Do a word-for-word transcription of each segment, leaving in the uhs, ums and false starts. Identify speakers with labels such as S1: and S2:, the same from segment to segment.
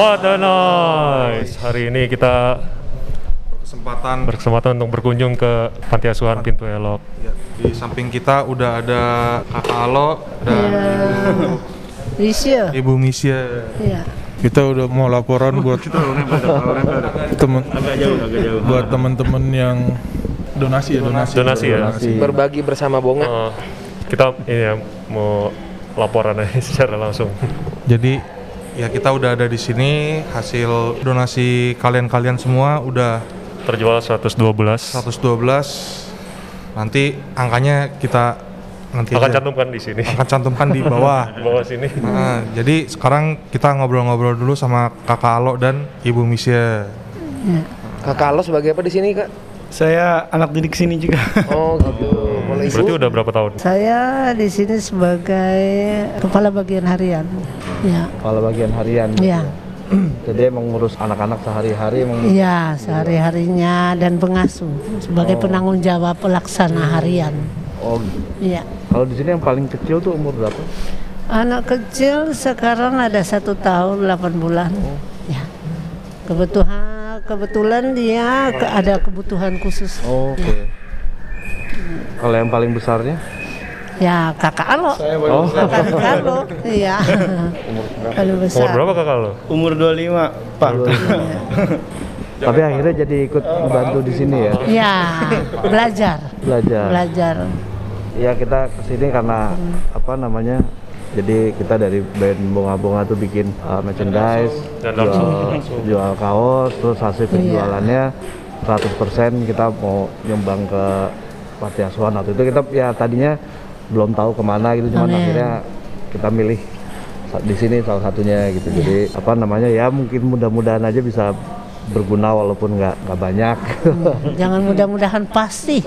S1: What a nice. Hari ini kita
S2: Kesempatan
S1: berkesempatan untuk berkunjung ke Panti Asuhan Pintu Elok.
S2: ya, di samping kita udah ada Kakak Alo dan Ibu
S3: Misya.
S2: Ibu Misya.
S3: Iya.
S4: Kita udah mau laporan buat temen, buat teman-teman yang donasi ya donasi.
S1: Donasi ya.
S5: Berbagi bersama Bonga.
S1: Uh, kita ini ya mau laporan aja secara langsung.
S2: Jadi ya kita udah ada di sini, hasil donasi kalian-kalian semua udah
S1: Terjual seratus dua belas.
S2: seratus dua belas. Nanti angkanya kita nanti
S1: Akan
S2: aja
S1: cantumkan di sini.
S2: akan cantumkan di bawah.
S1: Di bawah sini.
S2: Nah, jadi sekarang kita ngobrol-ngobrol dulu sama Kakak Alo dan Ibu Misya.
S5: Kakak lo sebagai apa di sini, Kak?
S6: Saya anak didik sini juga.
S5: Oh, gitu. Kalau Ibu?
S1: Berarti udah berapa tahun?
S3: Saya di sini sebagai kepala bagian harian. Ya.
S7: Kepala bagian harian.
S3: Iya.
S7: Jadi emang ngurus anak-anak sehari-hari emang.
S3: Iya, sehari-harinya dan pengasuh sebagai
S7: Oh.
S3: penanggung jawab pelaksana harian.
S7: Oh, gitu.
S3: Iya.
S7: Kalau di sini yang paling kecil tuh umur berapa?
S3: Anak kecil sekarang ada satu tahun delapan bulan. Ya. Kebetulan kebetulan dia ke- ada kebutuhan khusus.
S7: Oh, oke. Kalau yang paling besarnya?
S3: Ya, kakak Alo.
S7: Oh,
S3: Kakak Alo. Iya. Paling besar.
S1: Umur berapa kakak lo?
S6: Umur dua puluh lima, Pak.
S7: tapi akhirnya jadi ikut bantu di sini ya,
S3: Ya, belajar.
S7: belajar.
S3: Belajar.
S7: Ya kita kesini karena apa namanya? Jadi kita dari band Bonga-Bonga tuh bikin uh, merchandise,
S1: Dan
S7: jual,
S1: langsung.
S7: jual kaos, terus hasil penjualannya seratus persen kita mau nyumbang ke Panti Asuhan. Waktu itu kita ya tadinya belum tahu kemana gitu, cuman
S3: Amin.
S7: akhirnya kita milih sa- di sini salah satunya gitu. Jadi apa namanya ya mungkin mudah-mudahan aja bisa berguna walaupun nggak nggak banyak.
S3: Jangan mudah-mudahan pasti.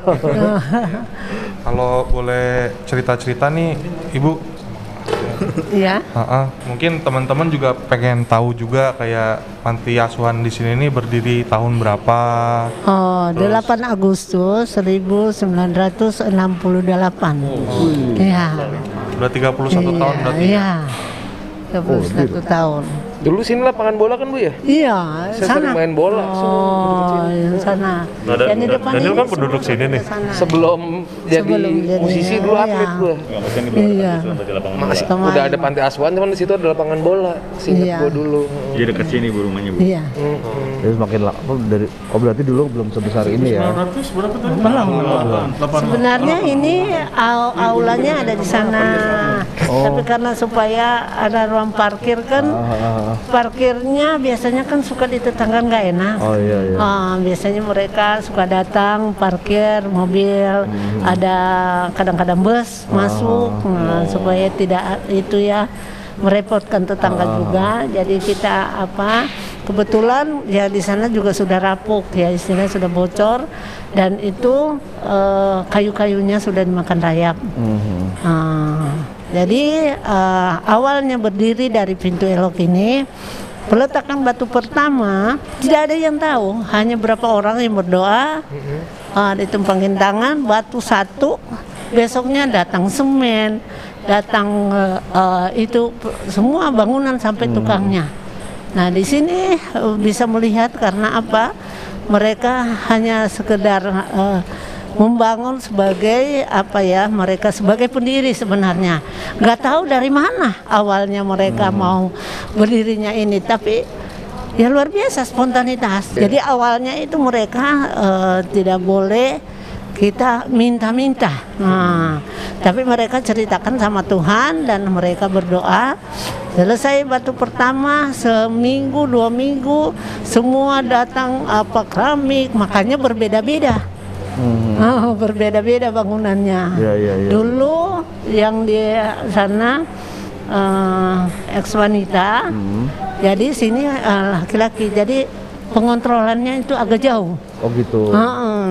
S2: Kalau boleh cerita-cerita nih, Ibu.
S3: Ya.
S2: Ha-ha. Mungkin teman-teman juga pengen tahu juga kayak Panti Asuhan di sini nih berdiri tahun berapa?
S3: Oh, delapan Agustus seribu sembilan ratus enam puluh delapan. Iya.
S2: Udah tiga puluh satu tahun berarti.
S3: Iya. tiga puluh satu tahun.
S5: Dulu sini lapangan bola kan, Bu ya?
S3: Iya,
S5: Saya sering
S3: sana.
S5: main bola,
S3: Oh, yang sana.
S1: Nah, Dan-
S3: Yang di
S1: Dan-
S3: depan
S1: Daniel
S3: ini
S1: kan penduduk
S3: semua
S1: sini nih.
S3: sana.
S5: Sebelum jadi
S3: Sebelum jadi-
S5: musisi dulu
S3: iya.
S5: atlet gue.
S3: Iya.
S5: Masih
S3: Kemarin.
S5: udah ada Panti Asuhan, cuman di situ ada lapangan bola. Seingat
S3: Iya.
S5: gue dulu.
S6: Jadi dekat sini Bu rumahnya, Bu.
S3: Iya.
S7: Jadi semakin la- oh, dari oh berarti dulu belum sebesar ini ya.
S3: Sebenarnya ini au- aulanya ada di sana. Tapi karena supaya ada ruang parkir kan,
S7: Ah,
S3: parkirnya biasanya kan suka di tetangga nggak enak.
S7: oh iya iya.
S3: Ah, biasanya mereka suka datang parkir mobil, ada kadang-kadang bus masuk, nah, supaya tidak itu ya merepotkan tetangga juga. Jadi kita apa? Kebetulan ya di sana juga sudah rapuk ya, istilahnya sudah bocor dan itu eh, kayu-kayunya sudah dimakan rayap.
S7: Mhm.
S3: Ah, jadi eh, awalnya berdiri dari Pintu Elok ini, peletakan batu pertama tidak ada yang tahu, hanya berapa orang yang berdoa, ah, ditumpangin tangan, batu satu, besoknya datang semen, datang eh, eh, itu p- semua bangunan sampai tukangnya. Nah di sini eh, bisa melihat karena apa? Mereka hanya sekedar eh, membangun sebagai apa ya, mereka sebagai pendiri sebenarnya nggak tahu dari mana awalnya mereka mau berdirinya ini, tapi ya luar biasa spontanitas. Jadi awalnya itu mereka eh, tidak boleh kita minta-minta, nah, tapi mereka ceritakan sama Tuhan dan mereka berdoa. Selesai batu pertama, seminggu dua minggu semua datang apa keramik, makanya berbeda-beda.
S7: Mhm.
S3: Oh, berbeda-beda bangunannya.
S7: Iya, iya, iya.
S3: Dulu yang di sana eh, ex wanita,
S7: Mhm.
S3: jadi sini eh, laki-laki. Jadi pengontrolannya itu agak jauh.
S7: Oh gitu.
S3: Heeh.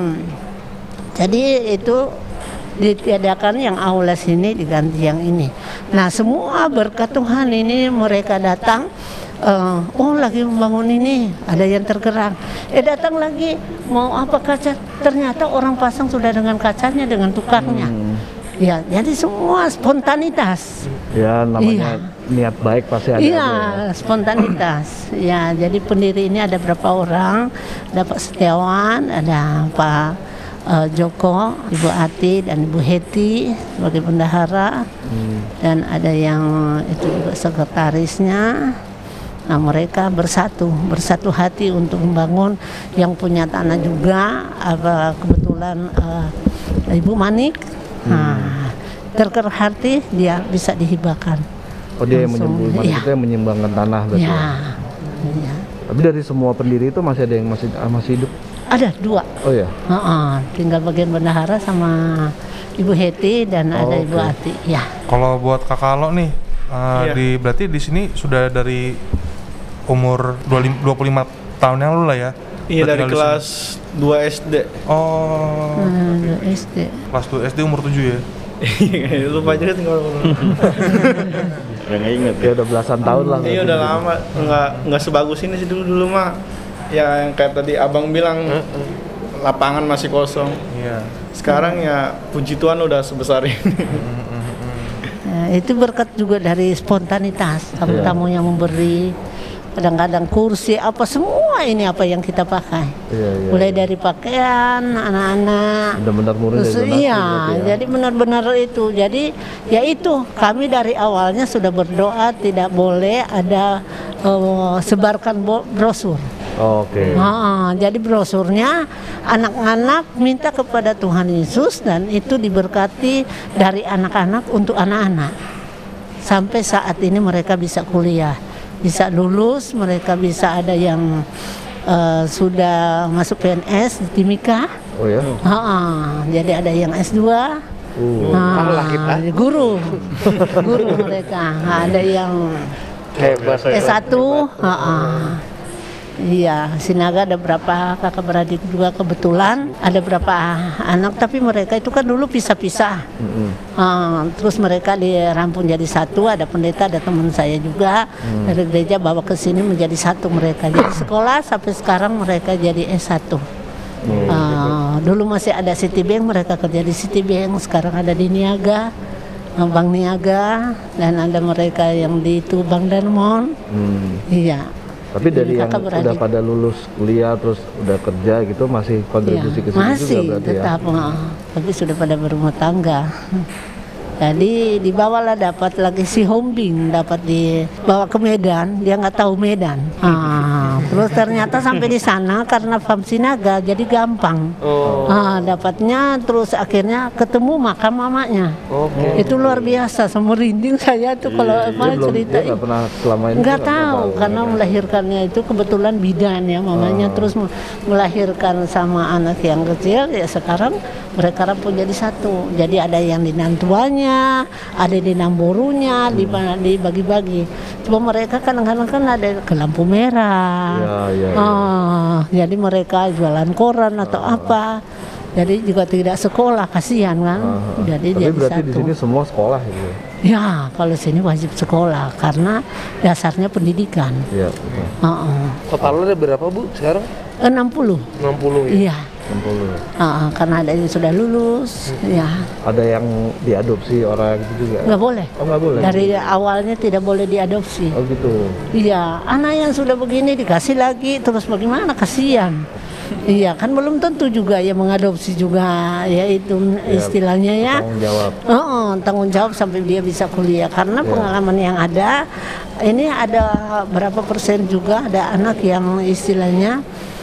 S3: Jadi itu ditiadakan yang aula sini diganti yang ini. Nah semua berkat Tuhan ini mereka datang. eh, oh lagi membangun ini, ada yang tergerak. Eh datang lagi mau apa kaca? Ternyata orang pasang sudah dengan kacanya dengan tukangnya.
S7: Hmm.
S3: Ya jadi semua spontanitas.
S7: Ya namanya niat baik pasti ada
S3: Iya,
S7: aja ya.
S3: spontanitas. Ya, jadi pendiri ini ada berapa orang? Ada Pak Setiawan, ada Pak eh, Joko, Ibu Ati dan Ibu Heti sebagai bendahara,
S7: Hmm.
S3: dan ada yang itu juga sekretarisnya. Nah, mereka bersatu, bersatu hati untuk membangun. Yang punya tanah juga, apa kebetulan eh, Ibu Manik. Nah, tergerak hati dia bisa dihibahkan.
S7: Oh dia yang
S3: Langsung,
S7: menyumbang,
S3: iya.
S7: itu yang menyumbangkan tanah berarti.
S3: Ya,
S7: Ya.
S3: ya.
S7: Tapi dari semua pendiri itu masih ada yang masih ah, masih hidup.
S3: Ada dua.
S7: Oh ya.
S3: Heeh, tinggal bagian bendahara sama Ibu Heti dan
S7: Oh,
S3: ada Ibu
S7: oke.
S3: Ati. Ya.
S2: Kalau buat Kakak Lo nih, uh,
S6: Iya.
S2: di berarti di sini sudah dari umur dua puluh lima tahun yang lalu lah ya?
S6: Iya,
S2: Berarti
S6: dari
S2: tinggal di
S6: kelas dua S D.
S2: sini. Oh,
S3: Hmm, S D.
S2: kelas dua S D umur tujuh ya?
S6: Lupa juga tinggal. Ya nggak inget
S7: Ya udah belasan tahun lah.
S6: Iya udah lama, nggak nggak sebagus ini sih dulu dulu mah. Ya yang kayak tadi abang bilang, lapangan masih kosong.
S2: Iya.
S6: Sekarang ya puji Tuhan udah sebesar ini.
S3: Nah, itu berkat juga dari spontanitas. Tamu-tamu yang memberi, kadang-kadang kursi apa semua ini apa yang kita pakai.
S7: Iya, iya,
S3: Mulai
S7: iya.
S3: dari pakaian anak-anak.
S7: Benar-benar murni
S3: Terus,
S7: dari donasi
S3: iya,
S7: berarti ya.
S3: jadi benar-benar itu. Jadi ya itu kami dari awalnya sudah berdoa tidak boleh ada eh, sebarkan bo- brosur.
S7: Oh, Oke.
S3: Ah, jadi brosurnya anak-anak minta kepada Tuhan Yesus dan itu diberkati dari anak-anak untuk anak-anak. Sampai saat ini mereka bisa kuliah, bisa lulus, mereka bisa ada yang eh, sudah masuk P N S di Timika.
S7: Oh ya.
S3: Ah, ah, jadi ada yang S dua.
S7: Uh.
S3: Ah, guru, guru mereka. Ada yang
S5: Hebat.
S3: S satu. Ah, ah. Iya, Sinaga ada berapa kakak beradik juga kebetulan ada berapa anak, tapi mereka itu kan dulu pisah-pisah.
S7: Mm-mm.
S3: Ah, terus mereka dirampung jadi satu, ada pendeta, ada teman saya juga dari gereja bawa ke sini menjadi satu mereka. Jadi sekolah sampai sekarang mereka jadi S satu. Ah, dulu masih ada Citibank, mereka kerja di Citibank, sekarang ada di Niaga, ah, Bank Niaga, dan ada mereka yang di itu Bank Danmon.
S7: Hmm.
S3: Iya.
S7: Tapi dari yang
S3: kakak
S7: udah
S3: beradik.
S7: pada lulus kuliah terus udah kerja gitu masih kontribusi
S3: Iya,
S7: ke sini
S3: masih
S7: juga berarti
S3: tetap, ah, tapi sudah pada berumah tangga. Jadi dibawalah dapat lagi si Hombing, dapat dibawa ke Medan, dia nggak tahu Medan. Ah, terus ternyata sampai di sana karena F A M Sinaga jadi gampang.
S5: Oh.
S3: Ah, dapatnya terus akhirnya ketemu makam mamanya.
S5: Oke.
S3: Itu luar biasa, merinding saya tuh kalau
S7: ya. Dia
S3: emang
S7: belum
S3: cerita
S7: dia
S3: ini.
S7: nggak pernah selama ini
S3: Nggak
S7: tuh
S3: tahu karena melahirkannya itu kebetulan bidan ya mamanya, terus me- melahirkan sama anak yang kecil ya sekarang mereka rampung jadi satu. Jadi ada yang di nantuanya, ada di namborunya, di mana dibagi-bagi. Cuma mereka kadang-kadang kan ada ke lampu merah.
S7: Ya, ya, ya.
S3: Ah, jadi mereka jualan koran atau apa. Jadi juga tidak sekolah, kasihan kan.
S7: Ah,
S3: Jadi
S7: tapi
S3: jadi
S7: berarti di
S3: satu.
S7: sini semua sekolah gitu.
S3: Ya, kalau sini wajib sekolah karena dasarnya pendidikan.
S7: Iya. betul.
S3: Heeh.
S5: Totalnya ada berapa Bu sekarang?
S3: enam puluh.
S5: enam puluh ya?
S3: Iya.
S7: enam puluh.
S3: Heeh, karena ada yang sudah lulus. Ya,
S7: Ada yang diadopsi orang gitu juga.
S3: nggak boleh.
S7: Oh nggak boleh.
S3: Dari awalnya tidak boleh diadopsi.
S7: Oh gitu.
S3: Iya, anak yang sudah begini dikasih lagi, terus bagaimana? Kasihan. Iya, kan belum tentu juga ya mengadopsi juga, ya itu istilahnya ya.
S7: Tanggung jawab.
S3: Oh, tanggung jawab sampai dia bisa kuliah karena pengalaman yang ada ini ada berapa persen juga ada anak yang istilahnya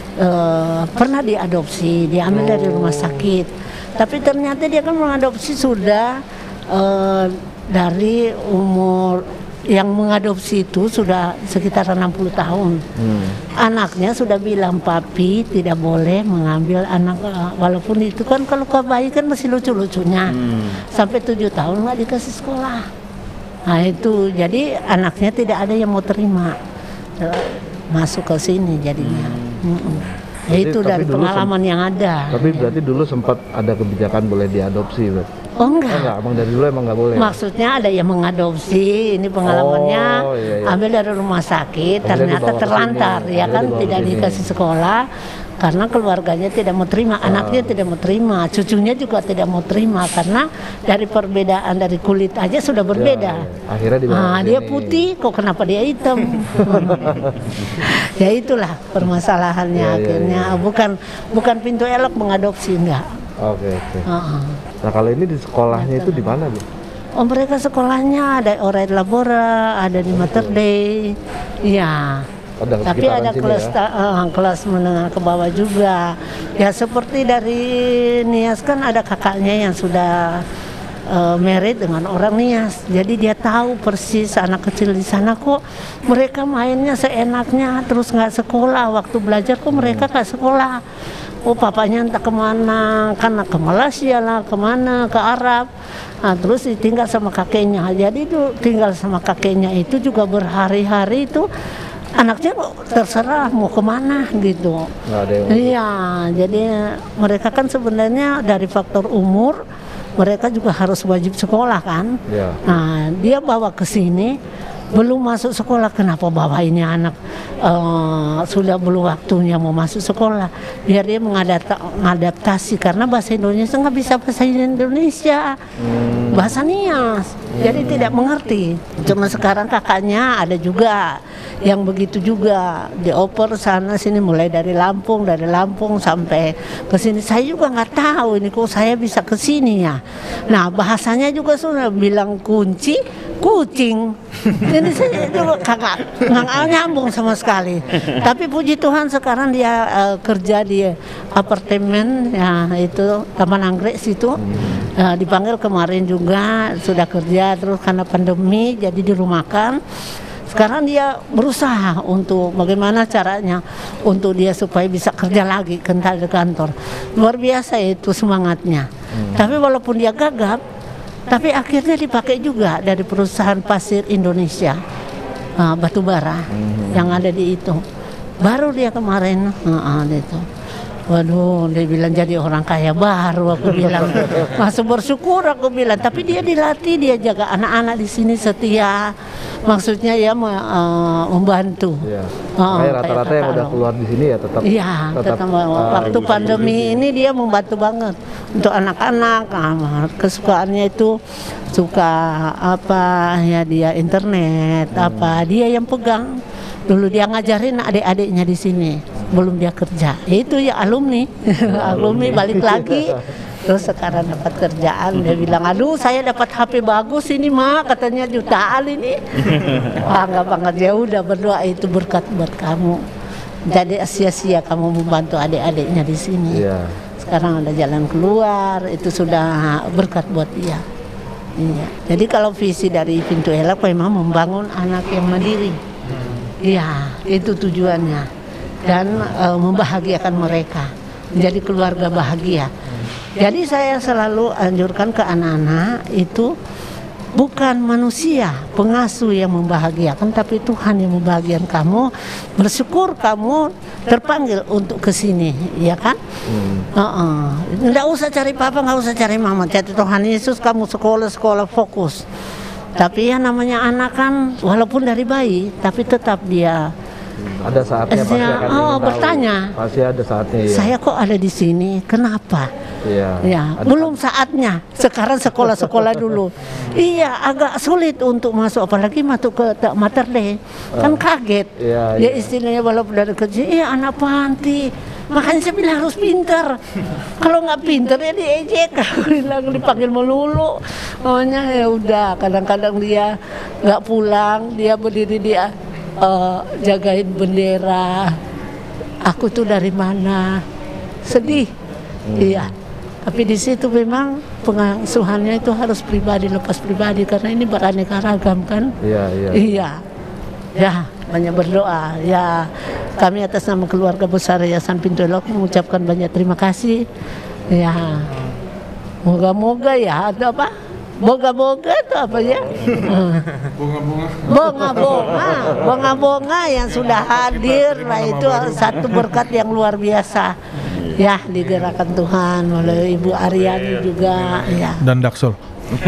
S3: eh, pernah diadopsi, diambil dari rumah sakit, tapi ternyata dia kan mengadopsi sudah eh, dari umur yang mengadopsi itu sudah sekitar enam puluh tahun.
S7: Hmm.
S3: Anaknya sudah bilang papi tidak boleh mengambil anak eh, walaupun itu kan kalau ke bayi kan masih lucu-lucunya. Sampai tujuh tahun nggak dikasih sekolah. Nah itu jadi anaknya tidak ada yang mau terima eh, masuk ke sini jadinya. Mm-mm. Ya
S7: Berarti-
S3: itu
S7: tapi
S3: dari
S7: dulu
S3: pengalaman yang ada.
S7: Tapi berarti dulu sempat ada kebijakan boleh diadopsi, berarti.
S3: Oh
S7: Oh,
S3: enggak.
S7: enggak, emang dari dulu emang nggak boleh.
S3: Maksudnya ada yang mengadopsi, ini pengalamannya
S7: Oh, iya, iya.
S3: ambil dari rumah sakit,
S7: Akhirnya
S3: ternyata
S7: dibawa ke
S3: terlantar,
S7: sini.
S3: ya
S7: Akhirnya
S3: kan
S7: dibawa ke
S3: tidak
S7: sini.
S3: dikasih sekolah, karena keluarganya tidak mau terima, anaknya tidak mau terima, cucunya juga tidak mau terima karena dari perbedaan dari kulit aja sudah berbeda.
S7: Ya, ya. Akhirnya dibawa
S3: Nah,
S7: ke
S3: dia
S7: sini.
S3: putih, kok kenapa dia hitam? Ya itulah permasalahannya
S7: Ya, ya,
S3: akhirnya.
S7: ya.
S3: Bukan bukan pintu elok mengadopsi, enggak.
S7: Oke, oke.
S3: Heeh.
S7: Nah, kalau ini di sekolahnya itu di mana, Bu?
S3: Oh, mereka sekolahnya ada Oret Labora, ada di Mater Dei, iya.
S7: Oh, dan
S3: Tapi
S7: sekitaran
S3: ada
S7: sini
S3: kelas
S7: ya?
S3: ta- eh, kelas menengah ke bawah juga. Ya seperti dari Nias kan ada kakaknya yang sudah eh, married dengan orang Nias. Jadi dia tahu persis anak kecil di sana kok mereka mainnya seenaknya, terus nggak sekolah. Waktu belajar kok mereka nggak sekolah. Oh, papanya entah kemana, karena ke Malaysia lah, kemana, ke Arab. Nah, terus ditinggal sama kakeknya. Jadi itu tinggal sama kakeknya itu juga berhari-hari itu anaknya kok terserah mau kemana gitu.
S7: Nggak ada yang
S3: Iya, jadi mereka kan sebenarnya dari faktor umur mereka juga harus wajib sekolah kan.
S7: Ya.
S3: Nah, dia bawa ke sini belum masuk sekolah, kenapa bawa ini anak eh, sudah belum waktunya mau masuk sekolah, biar dia mengadapta- mengadaptasi karena bahasa Indonesia nggak bisa bahasa Indonesia, bahasa Nias, jadi tidak mengerti. Cuma sekarang kakaknya ada juga yang begitu juga dioper sana sini, mulai dari Lampung, dari Lampung sampai ke sini. Saya juga nggak tahu ini kok saya bisa ke sini ya. Nah, bahasanya juga sudah bilang kunci kucing. Jadi saya itu kagak nggak nyambung sama sekali. Tapi puji Tuhan sekarang dia eh, kerja di apartemen ya itu Taman Anggrek situ. Eh, dipanggil kemarin juga sudah kerja, terus karena pandemi jadi dirumahkan. Sekarang dia berusaha untuk bagaimana caranya untuk dia supaya bisa kerja lagi kental di kantor. Luar biasa itu semangatnya. Tapi walaupun dia gagap, tapi akhirnya dipakai juga dari perusahaan pasir Indonesia, uh, batu bara yang ada di itu. Baru dia kemarin, uh, uh, itu. Waduh, dia bilang jadi orang kaya baru, aku bilang. Masih bersyukur aku bilang, tapi dia dilatih, dia jaga anak-anak di sini setia. Maksudnya ya me- uh, membantu.
S7: Iya.
S3: Oh,
S7: Kayak
S3: kayak
S7: rata-rata yang
S3: kakak
S7: udah
S3: lo.
S7: keluar di sini ya tetap
S3: Iya, tetap,
S7: uh,
S3: waktu pandemi ini dia membantu banget untuk anak-anak. Ah, kesukaannya itu suka apa ya, dia internet apa dia yang pegang. Dulu dia ngajarin adik-adiknya di sini belum dia kerja. Itu ya alumni, alumni balik lagi. Terus sekarang dapat kerjaan, dia bilang, aduh saya dapat H P bagus ini mak, katanya jutaan ini. Bangga banget, ya udah berdoa itu berkat buat kamu. Jadi sia-sia kamu membantu adik-adiknya di sini.
S7: Iya.
S3: Sekarang ada jalan keluar, itu sudah berkat buat dia. Iya. Jadi kalau visi dari Pintu Elok memang membangun anak yang mandiri. Iya, itu tujuannya. Dan e, membahagiakan mereka, menjadi keluarga bahagia. Jadi saya selalu anjurkan ke anak-anak itu bukan manusia pengasuh yang membahagiakan, tapi Tuhan yang membahagiakan kamu. Bersyukur kamu terpanggil untuk ke sini, ya kan? Uh-uh. Nggak usah cari papa, nggak usah cari mama. Cari Tuhan Yesus, kamu sekolah-sekolah fokus. Tapi ya namanya anak kan, walaupun dari bayi, tapi tetap dia
S7: Ada saatnya pasti
S3: Saya-
S7: akan
S3: oh,
S7: ingin tahu.
S3: bertanya.
S7: Pasti ada saatnya ya.
S3: saya kok ada di sini, kenapa?
S7: Iya.
S3: Ya,
S7: Ada-
S3: belum saatnya. Sekarang sekolah-sekolah dulu. Iya, agak sulit untuk masuk, apalagi masuk ke ta- Mater Dei. Kan kaget.
S7: Iya,
S3: Dia
S7: iya.
S3: istilahnya walaupun dari kecil, iya anak panti. Makanya saya bilang harus pintar. Kalau nggak pintar ya diejek. Aku bilang dipanggil melulu. Pokoknya ya udah. Kadang-kadang dia nggak pulang, dia berdiri dia eh, jagain bendera. Aku tuh dari mana? Sedih. Iya. Tapi di situ memang pengasuhannya itu harus pribadi, lepas pribadi karena ini beraneka ragam kan.
S7: Iya, iya.
S3: Iya. Ya, banyak berdoa. Ya, kami atas nama keluarga besar Yayasan Pintu Elok mengucapkan banyak terima kasih. Ya. Moga-moga ya ada apa? Boga-boga itu apa ya?
S4: Bunga-bunga.
S3: Bonga-bonga, bonga-bonga yang sudah hadir lah itu satu berkat yang luar biasa. Ya, digerakkan Tuhan oleh Ibu Aryani juga ya.
S4: Dan Daksol.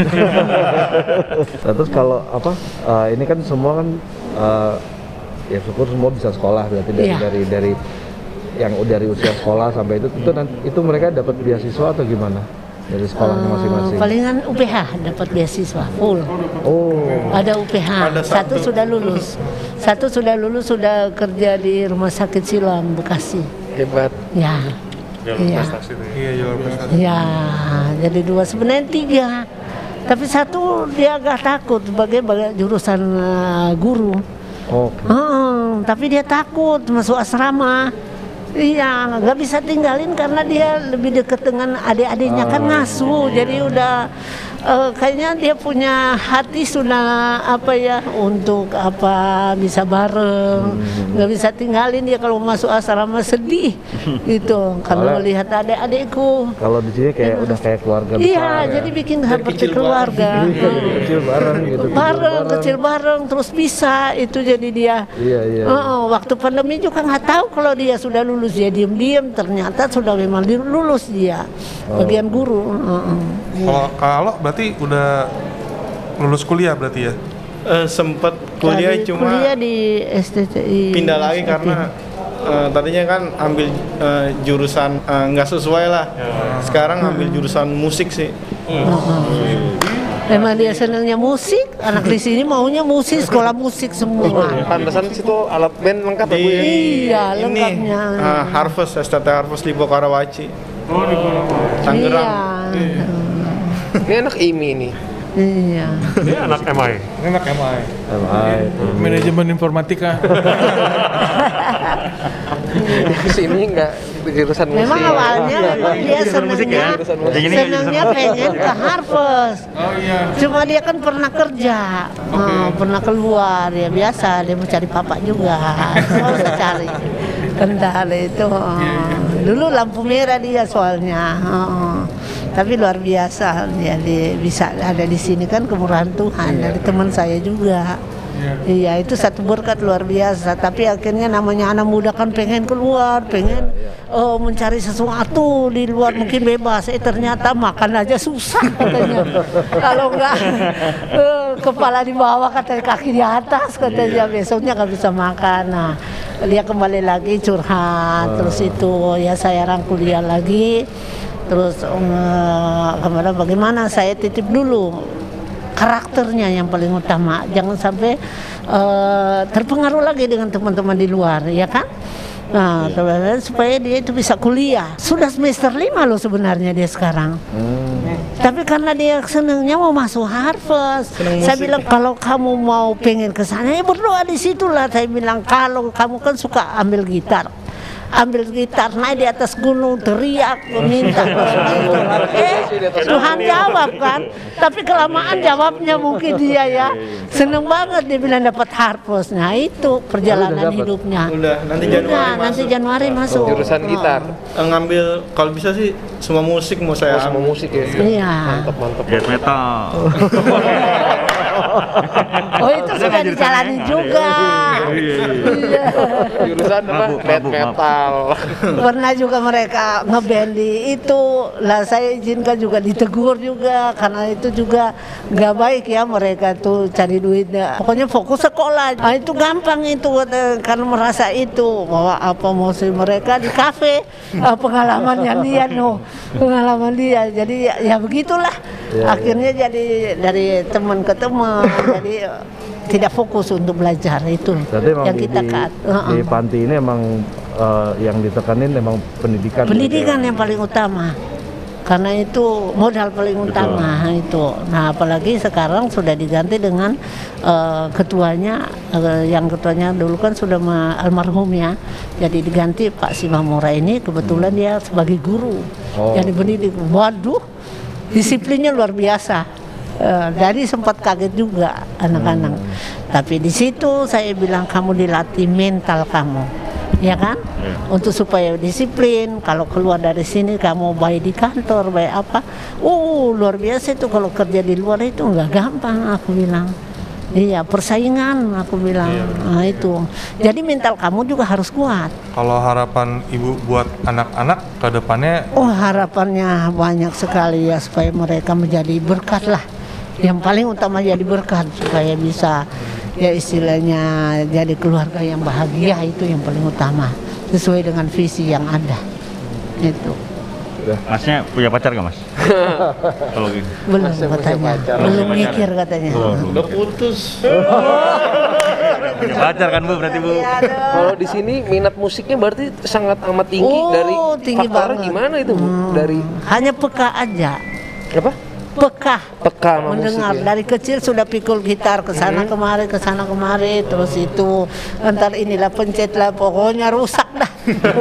S7: Nah, terus kalau apa? eh, ini kan semua kan eh, ya syukur semua bisa sekolah berarti dari
S3: Iya.
S7: dari dari yang dari usia sekolah sampai itu itu nanti itu mereka dapat beasiswa atau gimana dari sekolahnya
S3: Eh,
S7: masing-masing?
S3: palingan U P H dapat beasiswa full.
S7: Oh,
S3: Ada U P H,
S6: Ada
S3: satu
S6: satu.
S3: sudah lulus, satu sudah lulus sudah kerja di Rumah Sakit Siloam Bekasi.
S5: Hebat.
S3: Ya,
S1: Jalur
S3: Iya.
S1: prestasi itu ya.
S2: Iya, jalur prestasi.
S3: ya, jadi dua sebenarnya tiga, tapi satu dia agak takut sebagai baga- jurusan eh, guru.
S7: oke.
S3: Heeh, tapi dia takut masuk asrama. Iya, nggak bisa tinggalin karena dia lebih dekat dengan adik-adiknya kan ngasuh. Jadi udah eh, kayaknya dia punya hati sudah apa ya untuk apa bisa bareng. Nggak bisa tinggalin dia kalau masuk asrama sedih gitu karena
S7: Soalnya-
S3: melihat adik-adikku.
S7: Kalau di sini kayak udah kayak keluarga besar.
S3: Iya,
S7: ya.
S3: jadi bikin
S6: Dari
S3: seperti
S6: kecil
S3: keluarga.
S7: Iya, dari kecil bareng gitu. tidur
S3: Bareng, kecil bareng, terus bisa itu jadi dia.
S7: Iya, iya.
S3: Oh, waktu pandemi juga nggak tahu kalau dia sudah lulus, dia diem-diem ternyata sudah memang di- lulus dia bagian guru. Heeh.
S2: Kalau kalau berarti udah lulus kuliah berarti ya?
S6: Eh, sempet kuliah
S3: Tadi
S6: cuma
S3: kuliah di S T T I
S6: pindah lagi
S3: S T T.
S6: karena eh, tadinya kan ambil eh, jurusan eh, nggak sesuai lah. Sekarang ambil jurusan musik sih.
S3: Memang dia senangnya musik, anak di sini maunya musik, sekolah musik semua.
S5: Pantesan di situ alat band lengkap ya, Bu ya?
S3: Iya,
S6: Ini
S3: lengkapnya.
S6: eh, Harvest, S T T Harvest di Karawaci.
S2: Oh, di Karawaci.
S6: Tangerang.
S3: Iya.
S5: Ini anak I M I nih.
S3: Iya.
S1: Dia anak M I.
S2: Ini anak M I.
S7: M I.
S4: Manajemen informatika.
S5: Di sini enggak jurusan musik.
S3: Memang awalnya dia senangnya,
S5: Jurusan musik.
S3: senangnya pengen ke Harvest.
S2: Oh iya.
S3: Cuma dia kan pernah kerja, oh, pernah keluar ya biasa dia mau cari papa juga, selalu saya cari. Kendala itu, oh. Dulu lampu merah dia soalnya, oh. Tapi luar biasa dia di, bisa ada di sini kan kemurahan Tuhan dari teman saya juga. Iya itu satu berkat luar biasa. Tapi akhirnya namanya anak muda kan pengen keluar, pengen oh, mencari sesuatu di luar mungkin bebas. Eh ternyata makan aja susah katanya. Kalau enggak eh, kepala di bawah katanya kaki di atas katanya besoknya nggak bisa makan. Nah dia kembali lagi curhat. Terus itu ya saya rangkul dia lagi. Terus eh, kemarin bagaimana saya titip dulu karakternya yang paling utama, jangan sampai uh, terpengaruh lagi dengan teman-teman di luar, ya kan? Nah, teman-teman, supaya dia itu bisa kuliah. Sudah semester lima loh sebenarnya dia sekarang. Tapi karena dia senangnya mau masuk Harvest, saya bilang kalau kamu mau pengen ke sana ya berdoa di situlah. Saya bilang kalau kamu kan suka ambil gitar. Ambil gitar, naik di atas gunung, teriak, meminta. Eh, Tuhan jawab kan. Tapi kelamaan jawabnya mungkin dia ya. Seneng banget dia bilang dapat Harvest. Nah itu perjalanan hidupnya.
S6: Udah nanti
S3: Udah,
S6: Januari
S3: nanti
S6: masuk.
S3: Januari masuk.
S5: Jurusan gitar.
S6: Eh, ngambil kalau bisa sih semua musik mau saya
S5: Oh, semua
S6: ambil.
S5: musik ya.
S3: Iya.
S5: Mantap, mantap.
S8: Death metal.
S3: Oh itu sudah dijalani juga. Iya.
S5: Jurusan apa?
S8: Mabuk,
S5: Death
S8: mabuk,
S5: metal.
S3: Pernah juga mereka ngeband di itu, lah saya izinkan juga ditegur juga karena itu juga nggak baik ya mereka tuh cari duitnya. Pokoknya fokus sekolah. Nah, itu gampang itu eh, karena merasa itu bahwa apa mesti mereka di kafe eh, pengalamannya dia no, pengalaman dia. Jadi ya, ya begitulah. Akhirnya jadi dari teman ke teman, jadi eh, tidak fokus untuk belajar itu
S7: Berarti emang
S3: yang
S7: di,
S3: kita
S7: di,
S3: kat.
S7: di panti ini emang eh, yang ditekanin emang pendidikan.
S3: Pendidikan
S7: gitu ya.
S3: yang paling utama, karena itu modal paling utama itu. Nah apalagi sekarang sudah diganti dengan uh, ketuanya, uh, yang ketuanya dulu kan sudah ma- almarhum ya, jadi diganti Pak Simamora ini kebetulan dia sebagai guru,
S7: Oh.
S3: jadi pendidik. Waduh, disiplinnya luar biasa. Uh, jadi sempat kaget juga anak-anak. Tapi di situ saya bilang kamu dilatih mental kamu. Ya kan, untuk supaya disiplin. Kalau keluar dari sini kamu baik di kantor, baik apa, uh luar biasa itu kalau kerja di luar itu nggak gampang, aku bilang. Iya, persaingan, aku bilang. Nah itu, jadi mental kamu juga harus kuat.
S2: Kalau harapan ibu buat anak-anak ke depannya
S3: Oh harapannya banyak sekali ya supaya mereka menjadi berkat lah. Yang paling utama jadi berkat supaya bisa ya istilahnya jadi keluarga yang bahagia, itu yang paling utama. sesuai dengan visi yang ada. Itu.
S8: Masnya punya pacar nggak mas? Kalau gitu.
S3: Belum katanya, belum mikir katanya.
S6: Udah putus.
S8: Punya pacar kan bu berarti bu?
S5: Kalau di sini minat musiknya berarti sangat amat tinggi.
S3: Oh,
S5: Dari
S3: tinggi
S5: faktornya
S3: banget.
S5: gimana itu bu?
S3: Hmm.
S5: Dari
S3: Hanya peka aja,
S5: apa?
S3: peka.
S5: Peka sama
S3: Mendengar
S5: musik ya?
S3: dari kecil sudah pikul gitar ke sana kemari ke sana kemari, terus itu entar inilah pencet lah, pokoknya rusak dah.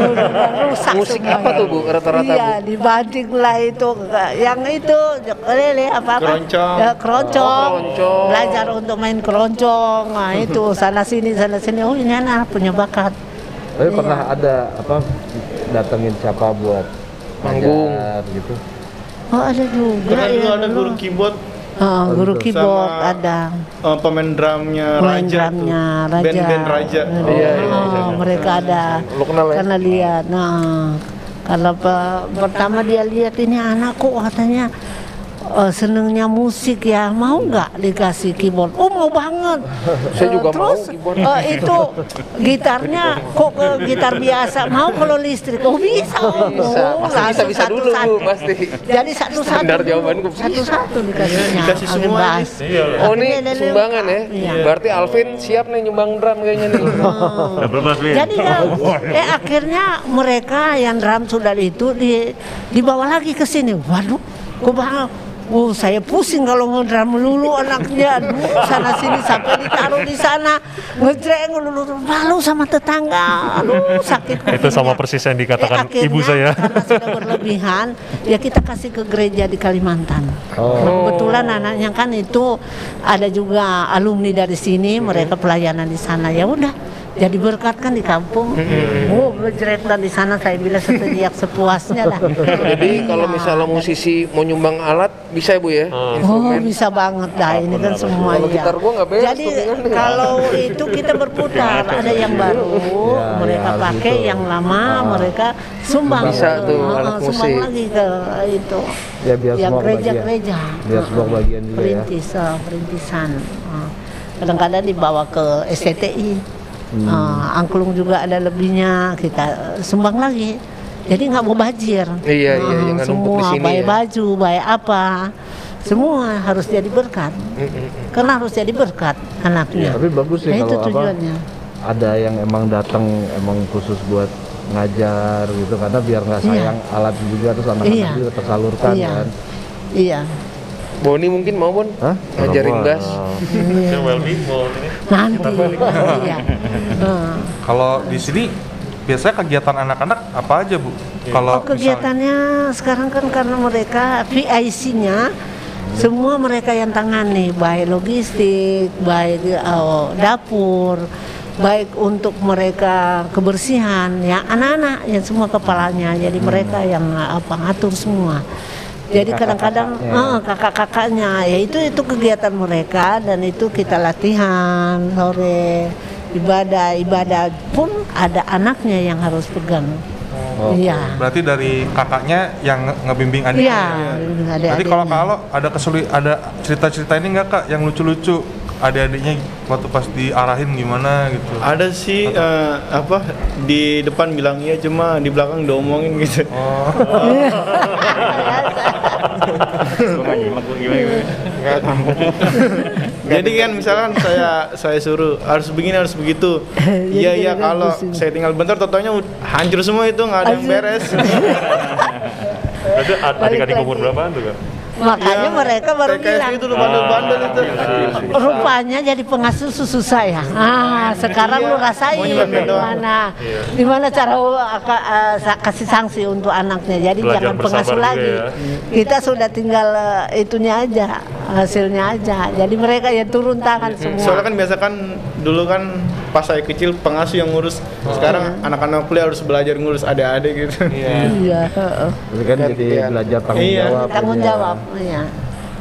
S3: Udah rusak
S5: Musik
S3: semuanya.
S5: apa tuh bu rata-rata
S3: Iya,
S5: bu?
S3: dibanding lah itu yang itu lele apa apa
S6: Keroncong.
S3: ya, keroncong.
S5: Oh, keroncong.
S3: Belajar untuk main keroncong, nah itu sana sini sana sini, oh ini anak punya bakat.
S7: Tapi pernah ada apa datengin siapa buat
S5: Manggung.
S7: ngajar gitu?
S3: Oh ada juga
S6: Pernah
S3: ya
S6: juga ada
S3: dulu.
S6: guru keyboard,
S3: Oh, guru keyboard
S6: Sama-
S3: ada.
S6: eh, pemain drumnya
S3: Main
S6: Raja
S3: drumnya
S6: tuh.
S3: Raja.
S6: Band-band Raja.
S3: Oh,
S5: Iya, iya, iya.
S3: mereka ada.
S5: Lo kenal ya?
S3: Karena lihat. Nah, kalau pe- pertama dia lihat ini anakku katanya eh, senengnya musik ya, mau nggak dikasih keyboard? Oh mau banget.
S5: Saya
S3: Eh,
S5: juga mau
S3: terus,
S5: keyboard.
S3: eh, itu gitarnya kok ke gitar biasa? Mau kalau listrik? Oh bisa.
S5: Bisa,
S3: Oh,
S5: pasti
S3: langsung
S5: bisa-bisa dulu bu
S3: satu-satu.
S5: pasti.
S3: Jadi satu-satu.
S5: Standar
S3: dulu.
S5: jawabanku.
S3: Satu-satu dikasihnya.
S6: Dikasih
S3: Pakai
S6: semua
S3: bass.
S5: Oh ini
S3: Akhirnya dia
S5: sumbangan ya?
S3: lewat. Iya.
S5: Berarti Alvin siap nih nyumbang drum kayaknya nih.
S8: Double bass Win.
S3: Jadi kan, eh akhirnya mereka yang drum sudah itu di, dibawa lagi ke sini. Waduh, kok bang, oh saya pusing kalau ngedrum melulu anaknya. Aduh, sana sini sampai ditaruh di sana ngejreng melulu, malu sama tetangga. Aduh, sakit.
S1: Itu sama
S3: kupingnya.
S1: persis yang dikatakan
S3: Eh, akhirnya,
S1: ibu saya.
S3: Karena sudah berlebihan, ya kita kasih ke gereja di Kalimantan. Kebetulan anaknya kan itu ada juga alumni dari sini, mereka pelayanan di sana. Ya udah. Jadi berkat kan di kampung. Oh, ngejreng dan di sana saya bilang seteriak sepuasnya lah.
S5: Jadi kalau misalnya musisi mau nyumbang alat bisa ya bu ya?
S3: Oh
S5: Instrumen.
S3: bisa banget dah ini kan semua
S5: Kalau
S3: ya.
S5: gitar gua nggak beres
S3: Jadi
S5: tuh, kan?
S3: kalau itu kita berputar, ada yang baru mereka
S7: ya, harus
S3: pakai,
S7: gitu.
S3: yang lama mereka sumbang.
S5: Bisa tuh,
S3: Oh,
S5: alat
S3: sumbang
S5: musik.
S3: lagi ke itu.
S7: Ya biar
S3: Yang
S7: semua kebagian.
S3: gereja-gereja.
S7: Biar semua kebagian juga ya.
S3: Perintis, eh, perintisan. Eh, Kadang-kadang dibawa ke S T T I.
S7: Hmm.
S3: Eh, angklung juga ada lebihnya, kita sumbang lagi. Jadi nggak mau bajir.
S5: Iya, iya,
S3: Eh,
S5: jangan numpuk di
S3: semua
S5: sini
S3: baik
S5: ya.
S3: baju, baik apa, semua harus jadi berkat. Karena harus jadi berkat anaknya.
S7: Tapi bagus sih
S3: Nah, itu
S7: kalau apa
S3: tujuannya.
S7: ada yang emang datang emang khusus buat ngajar gitu karena biar nggak
S3: Iya.
S7: sayang alat juga terus anak-anak
S3: Iya.
S7: juga tersalurkan
S3: Iya.
S7: kan.
S3: Iya.
S5: Boni mungkin mau Bon?
S7: Hah?
S5: Ngajarin
S7: Wah,
S5: bass.
S1: Saya Welby mau ini.
S3: Nanti. Iya. Eh.
S2: Kalau di sini biasanya kegiatan anak-anak apa aja bu? Kalau
S3: Oh, kegiatannya sekarang kan karena mereka V I C-nya semua mereka yang tangani, baik logistik, baik oh, dapur, baik untuk mereka kebersihan, ya anak-anak yang semua kepalanya. Jadi mereka yang apa ngatur semua. Jadi kadang-kadang eh, kakak-kakaknya, ya itu itu kegiatan mereka dan itu kita latihan sore ibadah ibadah pun ada anaknya yang harus pegang.
S2: Oh,
S3: Iya.
S2: berarti dari kakaknya yang nge- ngebimbing adiknya.
S3: Iya,
S2: ya?
S3: ada
S2: Berarti kalau kalau ada kesulit ada cerita-cerita ini nggak kak yang lucu-lucu adik-adiknya waktu pas diarahin gimana gitu?
S6: Ada sih eh, apa di depan bilang iya cuma di belakang diomongin gitu.
S2: Oh,
S8: Gua nggak nyimak gua gimana gimana.
S6: Jadi kan misalkan saya saya suruh harus begini harus begitu. Iya iya
S3: kadang-kadang
S6: kalau
S3: pusing.
S6: saya tinggal bentar totalnya hancur semua itu nggak ada yang
S3: Hancur.
S6: beres.
S1: Berarti ad- adik-adik
S3: lagi.
S1: umur berapaan tuh kak?
S3: Makanya mereka baru
S6: T K S
S3: bilang
S6: itu tuh bandel-bandel itu.
S3: rupanya jadi pengasuh susu saya. Ah, sekarang lu rasain
S6: Maunya bandel doang.
S3: gimana, gimana cara uh, ka- uh, sa- kasih sanksi untuk anaknya. Jadi
S1: Belajar
S3: jangan
S1: bersabar
S3: pengasuh
S1: juga
S3: lagi.
S1: ya.
S3: Kita sudah tinggal uh, itunya aja, hasilnya aja. Jadi mereka ya turun tangan semua.
S6: Soalnya kan biasa kan dulu kan pas saya kecil pengasuh yang ngurus. Sekarang anak-anak kuliah harus belajar ngurus adik-adik gitu.
S3: Iya, heeh.
S7: Jadi kan jadi
S5: Gantian.
S7: belajar tanggung
S6: Iya.
S7: jawab.
S3: Tanggung
S7: jadinya.
S3: jawab, iya.